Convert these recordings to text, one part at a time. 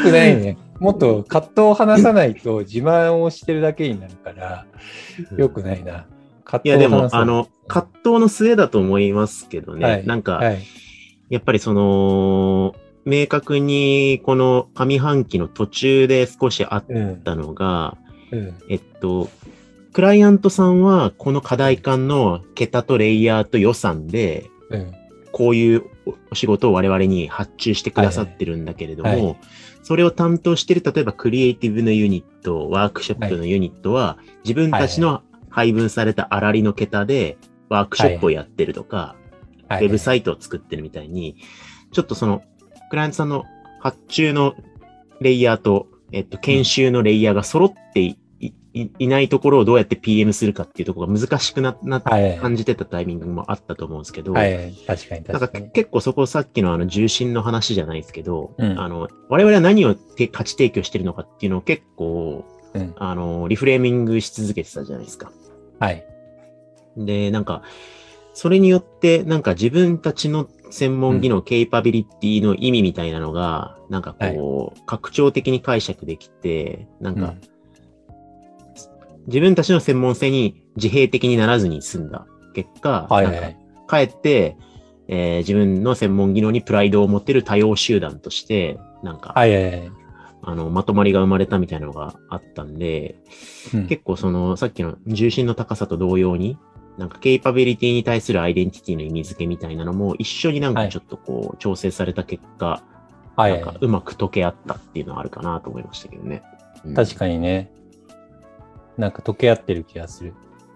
くないね。もっと葛藤を話さないと自慢をしてるだけになるから、よくないな。 いや、でも、 葛藤を話そう。 葛藤の末だと思いますけどね。 はい。 なんか、 はい。 やっぱり明確にこの上半期の途中で少しあっうん。 たのが、 うん。 えっと、クライアントさんはこの課うん。 題感の桁とレイヤーと予算で、 うん。 こういうお仕事を我々に発注してくださっはい。 てるんだけれども、 はい。 それを担当している、例えばクリエイティブのユニット、ワークショッはい。 プのユニットは、自分はい。 たちの配分された粗利の桁でワークショップをはい。 やってるとか、 はい。 ウェブサイトを作ってるみたいに、ちょっとクライアントさんの発注のレイヤーと、研うん。 修のレイヤーが揃っていないところをどうやって PM するかっていうところが難しくはい。 感じてたタイミングもあったと思うんですけど、 はい。確かになんか確かに。 結構そこさっきの重心の話じゃないですけど、 うん。 我々は何を価値提供してるのかっていうのを結構、 うん。 リフレーミングし続けてたじゃないですか。 はい。 で、なんか、それによって、なんか自分たちの専うん。 門技能、ケイパビリティの意味みたいなのが、なんかはい。 こう、拡張的に解釈できて、なんか、 うん。 自分たちの専門性に自閉的にならずに済んだ結果、 はい。 なんか、 はい。 かえって、自分の専門技能にプライドを持ってる多様集団として、なんか、 はい。はい。 まとまりが生まれたみたいなのがあったんで、 うん。 結構さっきの重心の高さと同様に、なんかケイパビリティに対するアイデンティティの意味付けみたいなのも一緒になんはい。 かちょっとこう調整された結果、 はい。 なんはい。 かうまく溶け合ったっていうのはあるかなと思いましたけどね。うん、 確かにね。なんか溶け合ってる気がする。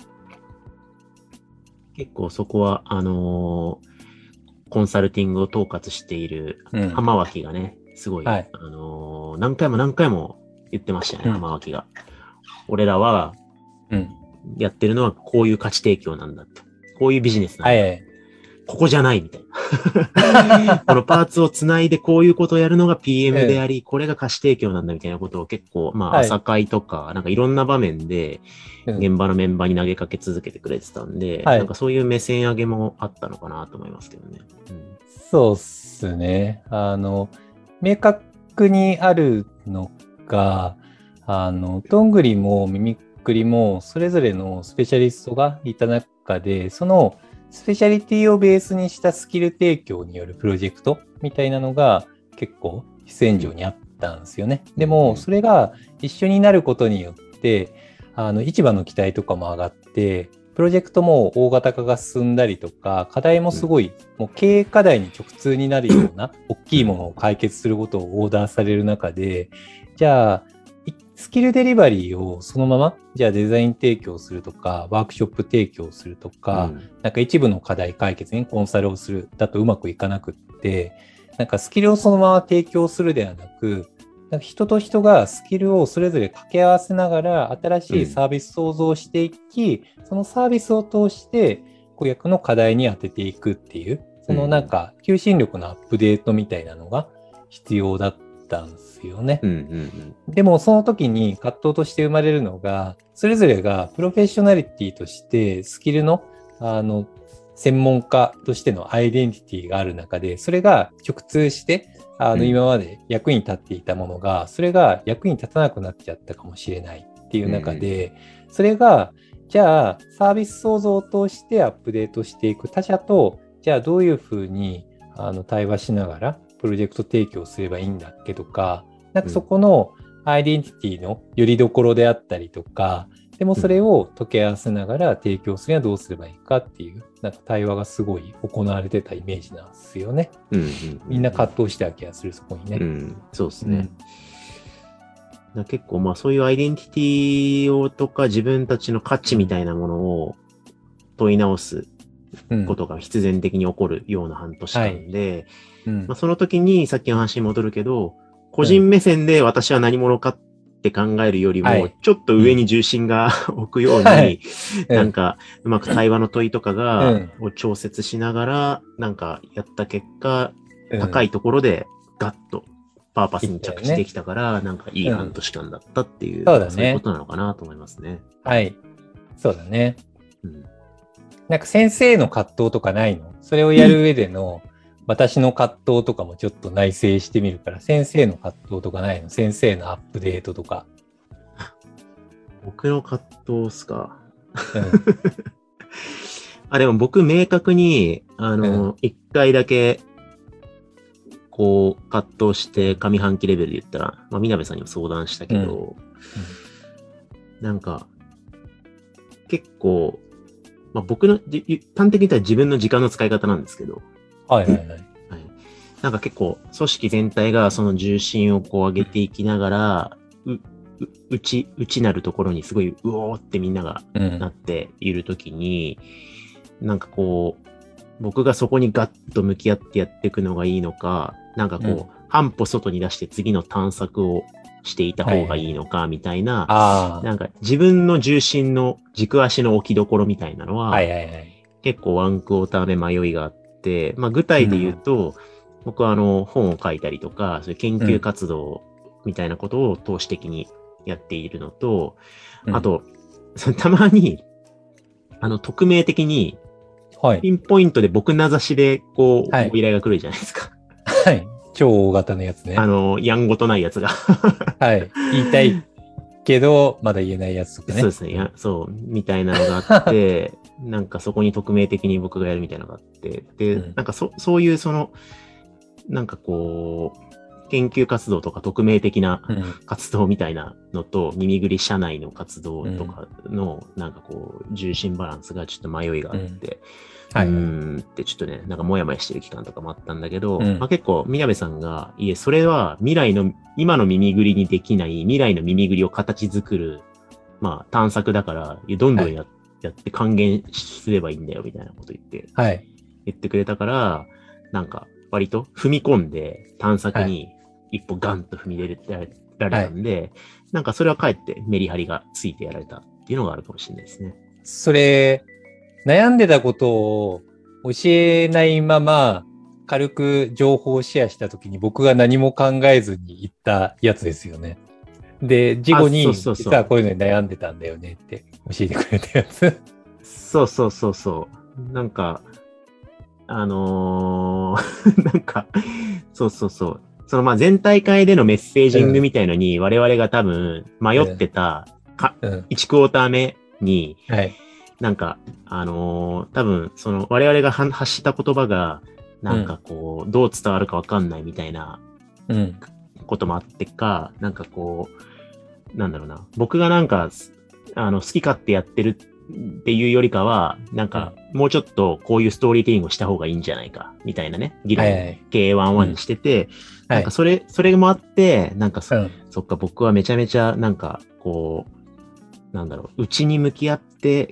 結構そこは、コンサルティングを統括しているうん。 浜脇がね、すごい、 はい。 何回も何回も言ってましたよね、 うん。 浜脇が。俺らはうん。 やってるのはこういう価値提供なんだって。こういうビジネスなんだ。 はい。 ここじゃないみたいな。このパーツをつないでこういうことをやるのがう PM であん。 り、これが価値提供なんだみたいなことを結構、まあ、 はい。 朝会とか、なんかいろんな場面で、 うん。 現場のメンバーに投げかけ続けてくれてたんで、 はい。 なんかそういう目線上げもあったのかなと思いますけどね。うん。 そうっすね。明確にあるのが、どんぐりもミミックリもそれぞれのスペシャリストがいた中で、そのスペシャリティをベースにしたスキル提供によるプロジェクトみたいなのが結構主戦うん。 場にあったんですよね。 うん。 でも、 うん。 それが一緒になることによって、市場の期待とかも上がって、プロジェクトも大型化が進んだりとか、課題もうん。 すごい、もう経営課題に直通になるような大うん。 きいものを解決することをオーダーされる中で、じゃあ、スキルデリバリーをそのまま、じゃあデザイン提供するとか、ワークショップ提供するとか、 うん。 なんか一部の課題解決にコンサルをするだとうまくいかなくって、なんかスキルをそのまま提供するではなく、なんか人と人がスキルをそれぞれ掛け合わせながら新しいサービス創造していき、そのサービスを通して顧客の課題に当てていくっていう、そのなんうん。 か求心力のアップデートみたいなのが必要だったんですよね。 うん。うん。 でもその時に葛藤として生まれるのが、それぞれがプロフェッショナリティとしてスキルの、専門家としてのアイデンティティがある中で、それが直通して、 うん。 今まで役に立っていたものが、それが役に立たなくなっちゃったかもしれないっていううん。うん。 中で、それが、じゃあ、サービス創造を通してアップデートしていく他社と、じゃあどういうふうに対話しながらプロジェクト提供すればいいんだっけとか、なんかそこのアイデンティティの拠り所であったりとか、でもそれを溶け合わせながら提供するにはどうすればいいかっていう、なんか対話がすごい行われてたイメージなんですよね。 うん。 みんな葛藤してた気がする、そこにね。 うん。そうですね。 うん。 結構まあそういうアイデンティティをとか自分たちの価値みうん。 たいなものを問い直すうん。 ことが必然的に起こるような半年はい。 間で、まあ、 うん。 その時にさっきの話に戻るけど、個うん。 人目線で私は何者かって考えるよりも、 はい。 ちょっとうん。 上に重心が置くように、 はい。うん。 なんかうまく対話の問いとかうんを調節しながら、なんかやった結果、 うん。 高いところでガッとパーパいっスに着地でたよね。 きたから、なんかいい半うん。 年間だったっていう、 そうなんかそういうこだね。 となのかなと思いますね。 はい。そうだね。 うん。 なんか先生の葛藤とかないの？それをやる上での、 私の葛藤とかもちょっと内省してみるから、先生の葛藤とかないの？先生のアップデートとか。 僕の葛藤っすか。 うん。 でも僕明確に、一回だけ、こう、葛藤して上半期レベルで言ったら、まあ、みなべさんにも相談したけど、なんか、結構、まあ、僕の、端的に言ったら自分の時間の使い方なんですけど、 はいはいはい。 はい。なんか結構、組織全体がその重心をこう上げていきながら、内なるところにすごい、うおーってみんながなっているときに、なんかこう、僕がそこにガッと向き合ってやっていくのがいいのか、なんかこう、半歩外に出して次の探索をしていた方がいいのか、みたいな、なんか自分の重心の軸足の置きどころみたいなのは、結構ワンクォーター目迷いがあって、まあ具体で言うと、僕は本を書いたりとか、そういう研究活動みたいなことを投資的にやっているのと、あと、たまに、匿名的に、ピンポイントで僕名指しで、こう、ご依頼が来るじゃないですか。 はい。超大型のやつね。 やんごとないやつが。 はい。言いたいけど、まだ言えないやつとかね。 そうですね。そう、みたいなのがあって、なんかそこに匿名的に僕がやるみたいなのがあって、で、なんかそういうなんかこう、研究活動とか匿名的な活動みたいなのと、耳ぐり社内の活動とかの、なんかこう、重心バランスがちょっと迷いがあって、ってちょっとね、なんかモヤモヤしてる期間とかもあったんだけど、まあ結構、宮部さんが、いえ、それは今の耳ぐりにできない未来の耳ぐりを形作る、まあ探索だから、どんどんやって還元すればいいんだよ、みたいなこと言ってくれたから、なんか、割と踏み込んで探索に一歩ガンと踏み入れられたんで、なんかそれはかえってメリハリがついてやられたっていうのがあるかもしれないですね。 それ、悩んでたことを教えないまま軽く情報をシェアしたときに僕が何も考えずに言ったやつですよね。で、事後に実はこういうのに悩んでたんだよねって教えてくれたやつ。 そう。なんか、なんか、そう。そのまあ全大会でのメッセージングみたいのに我々が多分迷ってた1クォーター目に、なんか、多分その我々が発した言葉が、なんかこう、どう伝わるかわかんないみたいなこともあってか、なんかこう、なんだろうな、僕がなんか、好き勝手やってるっていうよりかは、なんか、もうちょっとこういうストーリーテリングをした方がいいんじゃないか、みたいなね、議論、K11 にしてて、なんかそれもあって、なんかそっか、僕はめちゃめちゃ、なんか、こう、なんだろう、内に向き合って、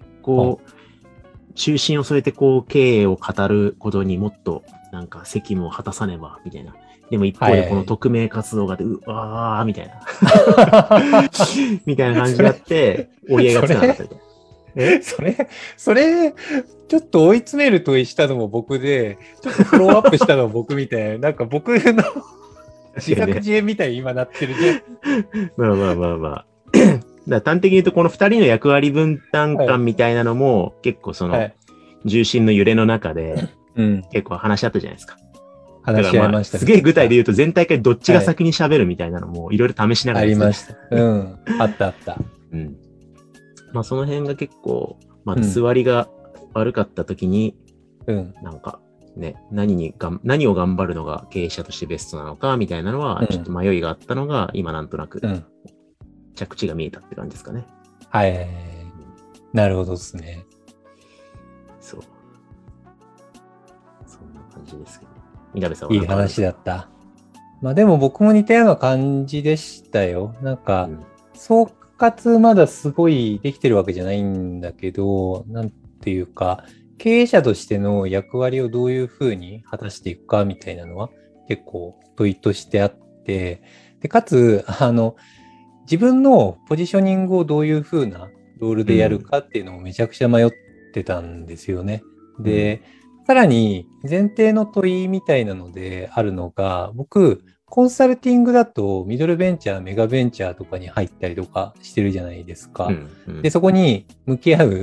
こう、中心を添えて、こう、経営を語ることにもっと、なんか責務を果たさねば、みたいな。でも一方でこの匿名活動がで、うわー、みたいな。みたいな感じになって、折り合いがつかなかったみたいな。 それ、ちょっと追い詰める問いしたのも僕で、ちょっとフォローアップしたのも僕みたいな、なんか僕の自作自演みたいに今なってるじゃん。 まあ。だ端的に言うと、この二人の役割分担感みたいなのも、結構その、重心の揺れの中で、結構話し合ったじゃないですか。 話し合いましたね。 すげえ具体で言うと、全体会どっちが先に喋るみたいなのも、いろいろ試しながら、 ありました。あった。 まあその辺が結構、まあ座りが悪かった時に、なんかね、何を頑張るのが経営者としてベストなのかみたいなのは、ちょっと迷いがあったのが、今なんとなく、着地が見えたって感じですかね。 なるほどですね。 そう。そんな感じですけど。みなべさんは。 いい話だった。まあでも僕も似たような感じでしたよ。なんか、総括まだすごいできてるわけじゃないんだけど、なんていうか、経営者としての役割をどういうふうに果たしていくかみたいなのは結構問いとしてあって、でかつ、自分のポジショニングをどういうふうなロールでやるかっていうのもめちゃくちゃ迷ってたんですよね。で、さらに前提の問いみたいなのであるのが、僕、コンサルティングだとミドルベンチャー、メガベンチャーとかに入ったりとかしてるじゃないですか。で、そこに向き合う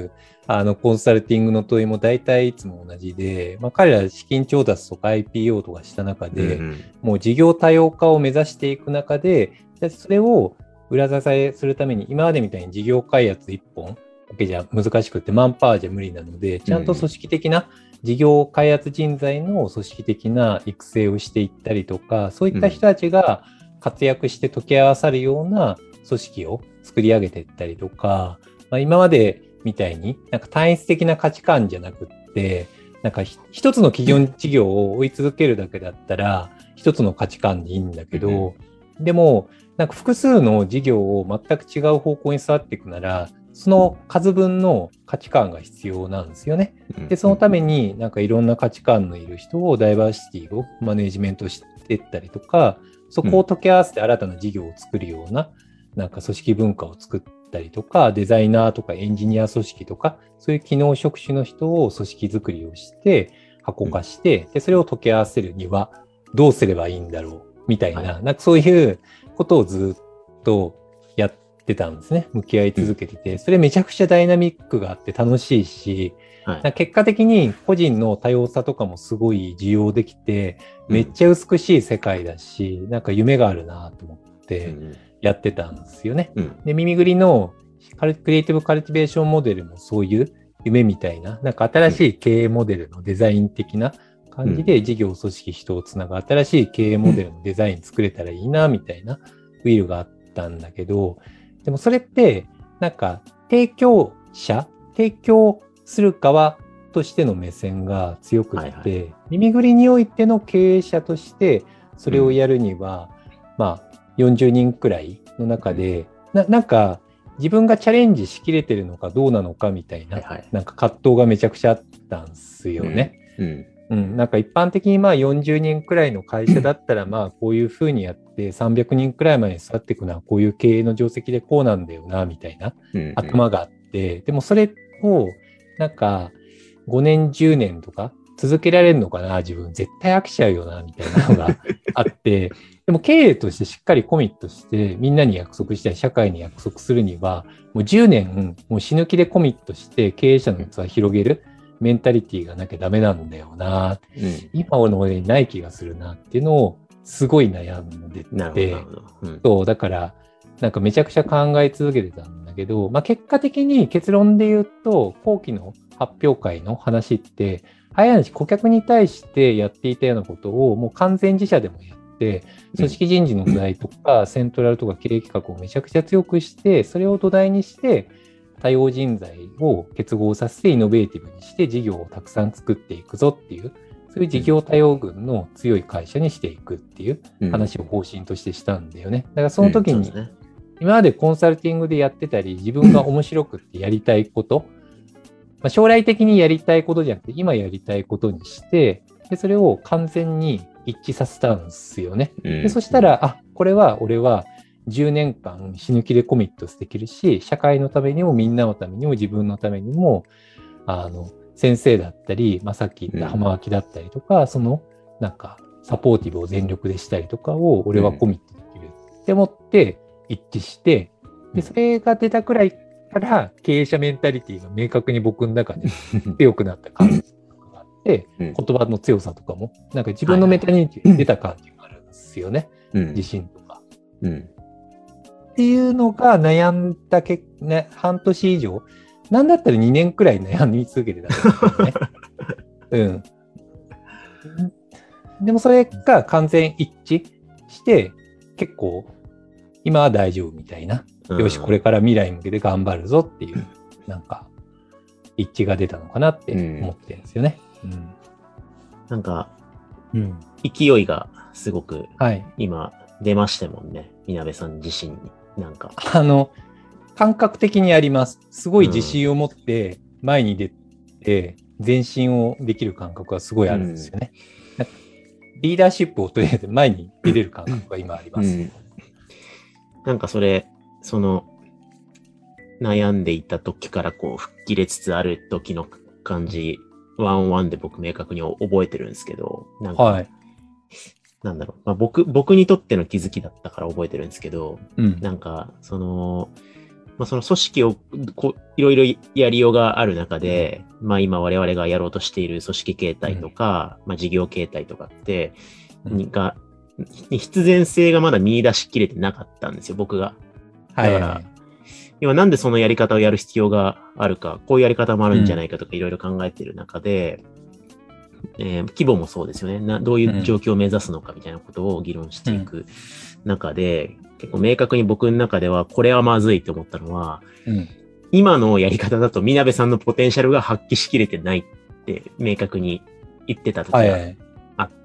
コンサルティングの問いも大体いつも同じで、彼ら資金調達とか IPO とかした中で、もう事業多様化を目指していく中で、それを裏支えするために、今までみたいに事業開発一本だけじゃ難しくて、マンパワーじゃ無理なので、ちゃんと組織的な事業開発人材の組織的な育成をしていったりとか、そういった人たちが活躍して溶け合わさるような組織を作り上げていったりとか、今までみたいになんか単一的な価値観じゃなくって、なんか一つの企業事業を追い続けるだけだったら一つの価値観でいいんだけど、でもなんか複数の事業を全く違う方向に育っていくなら、その数分の価値観が必要なんですよね。で、そのためになんかいろんな価値観のいる人をダイバーシティをマネジメントしていったりとか、そこを溶け合わせて新たな事業を作るような、なんか組織文化を作ったりとか、デザイナーとかエンジニア組織とか、そういう機能職種の人を組織作りをして、箱化して、で、それを溶け合わせるにはどうすればいいんだろう、みたいな、なんかそういうことをずっとやってたんですね。向き合い続けてて、それめちゃくちゃダイナミックがあって楽しいし、結果的に個人の多様さとかもすごい需要できて、めっちゃ美しい世界だし、なんか夢があるなと思ってやってたんですよね。で、耳ぐりのクリエイティブカルティベーションモデルもそういう夢みたいな、なんか新しい経営モデルのデザイン的な感じで事業組織人をつなぐ新しい経営モデルのデザイン作れたらいいなみたいなウィルがあったんだけど、でもそれってなんか提供する側としての目線が強くて、耳ぐりにおいての経営者としてそれをやるには、40人くらいの中で、なんか自分がチャレンジしきれてるのかどうなのかみたいな、なんか葛藤がめちゃくちゃあったんですよね。なんか一般的に40人くらいの会社だったらこういうふうにやって300人くらいまで育っていくのはこういう経営の定石でこうなんだよなみたいな頭があって、でもそれをなんか5年10年とか続けられるのかな、自分絶対飽きちゃうよなみたいなのがあってでも経営としてしっかりコミットしてみんなに約束したり社会に約束するにはもう10年もう死ぬ気でコミットして経営者の器を広げるメンタリティがなきゃダメなんだよな、今の俺にない気がするなっていうのをすごい悩んでて、そうだからなんかめちゃくちゃ考え続けてたんだけど、結果的に結論で言うと後期の発表会の話って早い話顧客に対してやっていたようなことをもう完全自社でもやって組織人事の土台とかセントラルとか経営企画をめちゃくちゃ強くしてそれを土台にして多様人材を結合させてイノベーティブにして事業をたくさん作っていくぞっていう、そういう事業多様群の強い会社にしていくっていう話を方針としてしたんだよね。だからその時に、今までコンサルティングでやってたり、自分が面白くってやりたいこと、将来的にやりたいことじゃなくて、今やりたいことにして、でそれを完全に一致させたんですよね。でそしたら、これは俺は、10年間死ぬ気でコミットできるし、社会のためにもみんなのためにも自分のためにも、先生だったり、さっき言った浜脇だったりとか、そのなんかサポーティブを全力でしたりとかを俺はコミットできるって思って一致して、で、それが出たくらいから経営者メンタリティが明確に僕の中で強くなった感じがあって、言葉の強さとかも、なんか自分のメンタリティが出た感じがあるんですよね。自信とか。っていうのが悩んだ半年以上、なんだったら2年くらい悩み続けてたんですよね。でもそれが完全一致して、結構今は大丈夫みたいな。よし、これから未来に向けて頑張るぞっていう、なんか一致が出たのかなって思ってるんですよね。 なんか、勢いがすごく今出ましたもんね。みなべさん自身に。なんか感覚的にあります。すごい自信を持って前に出て前進をできる感覚がすごいあるんですよね。リーダーシップをとりあえず前に出れる感覚が今あります。 なんかそれ、悩んでいた時からこう吹っ切れつつある時の感じ、ワンワンで僕明確に覚えてるんですけど、なんか、なんだろう、僕にとっての気づきだったから覚えてるんですけど、なんか、 その組織をいろいろやりようがある中で、今我々がやろうとしている組織形態とか、事業形態とかって、必然性がまだ見出しきれてなかったんですよ、僕が。だから、今なんでそのやり方をやる必要があるか、こういうやり方もあるんじゃないかとかいろいろ考えてる中で、規模もそうですよね。どういう状況を目指すのかみたいなことを議論していく中で、結構明確に僕の中ではこれはまずいと思ったのは、今のやり方だとみなべさんのポテンシャルが発揮しきれてないって明確に言ってた時があって、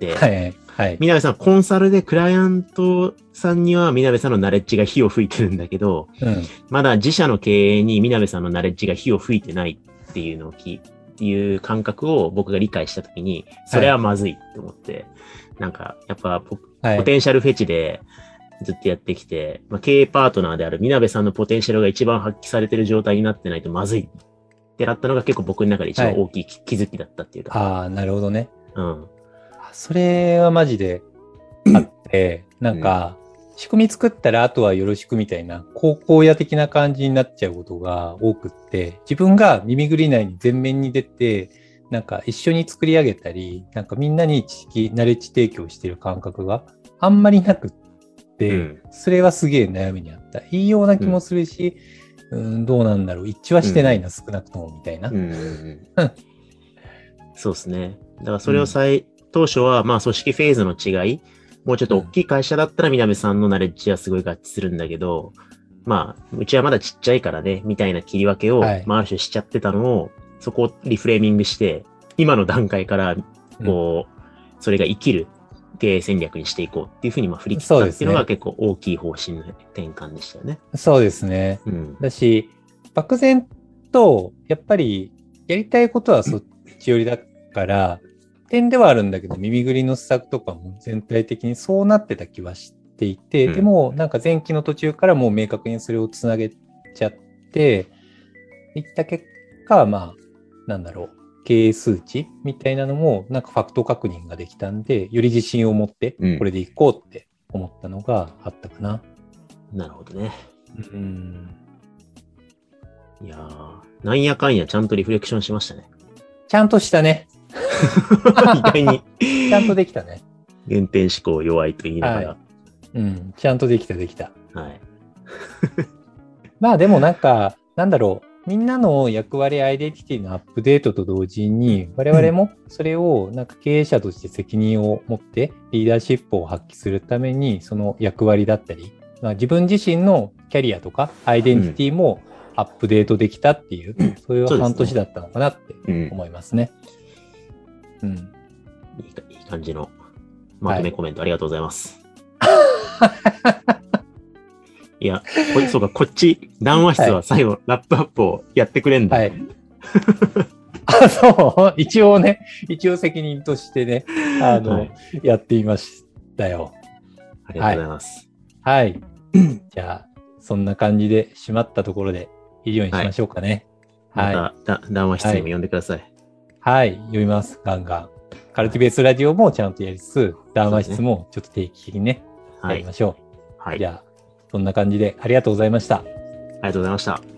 みなべさんコンサルでクライアントさんにはみなべさんのナレッジが火を吹いてるんだけど、まだ自社の経営にみなべさんのナレッジが火を吹いてないっていうのをっていう感覚を僕が理解したときに、それはまずいって思って、なんかやっぱポテンシャルフェチでずっとやってきて、経営パートナーであるみなべさんのポテンシャルが一番発揮されてる状態になってないとまずいってなったのが結構僕の中で一番大きい気づきだったっていうか。 ああ、なるほどね。それはマジであって、なんか、仕組み作ったらあとはよろしくみたいな、高校屋的な感じになっちゃうことが多くって、自分が耳ぐり内に前面に出て、なんか一緒に作り上げたり、なんかみんなにナレッジ提供してる感覚があんまりなくって、それはすげえ悩みにあった。いいような気もするし、どうなんだろう。一致はしてないな、少なくともみたいな。 そうですね。だからそれを当初は組織フェーズの違い、もうちょっと大きい会社だったらみなべさんのナレッジはすごい合致するんだけど、うちはまだちっちゃいからね、みたいな切り分けを、ある種しちゃってたのを、そこをリフレーミングして、今の段階から、それが生きる経営戦略にしていこうっていうふうに振り切ったっていうのが結構大きい方針の転換でしたよね。 そうですね。だし、漠然と、やっぱりやりたいことはそっち寄りだから、点ではあるんだけど、耳ぐりの施策とかも全体的にそうなってた気はしていて、でもなんか前期の途中からもう明確にそれをつなげちゃって、いった結果、なんだろう、経営数値みたいなのもなんかファクト確認ができたんで、より自信を持ってこれでいこうって思ったのがあったかな。 なるほどね。いやー、なんやかんやちゃんとリフレクションしましたね。 ちゃんとしたね。 意外に。 ちゃんとできたね。 原点思考弱いと言いながら。 ちゃんとできた。はい。でもなんか、なんだろう。みんなの役割アイデンティティのアップデートと同時に、我々もそれをなんか経営者として責任を持ってリーダーシップを発揮するために、その役割だったり、自分自身のキャリアとかアイデンティティもアップデートできたっていう、そういう半年だったのかなって思いますね。 いい感じのまとめコメントありがとうございます。いや、そうか、こっち、談話室は最後、ラップアップをやってくれんだ。 そう一応責任としてね、やっていましたよ。 ありがとうございます。 はい。じゃあ、そんな感じで締まったところで以上にしましょうかね。 また、談話室にも呼んでください。 はい、読みます、ガンガン。カルティベースラジオもちゃんとやりつつ、談話室もちょっと定期的にね、やりましょう。じゃあ、そんな感じでありがとうございました。ありがとうございました。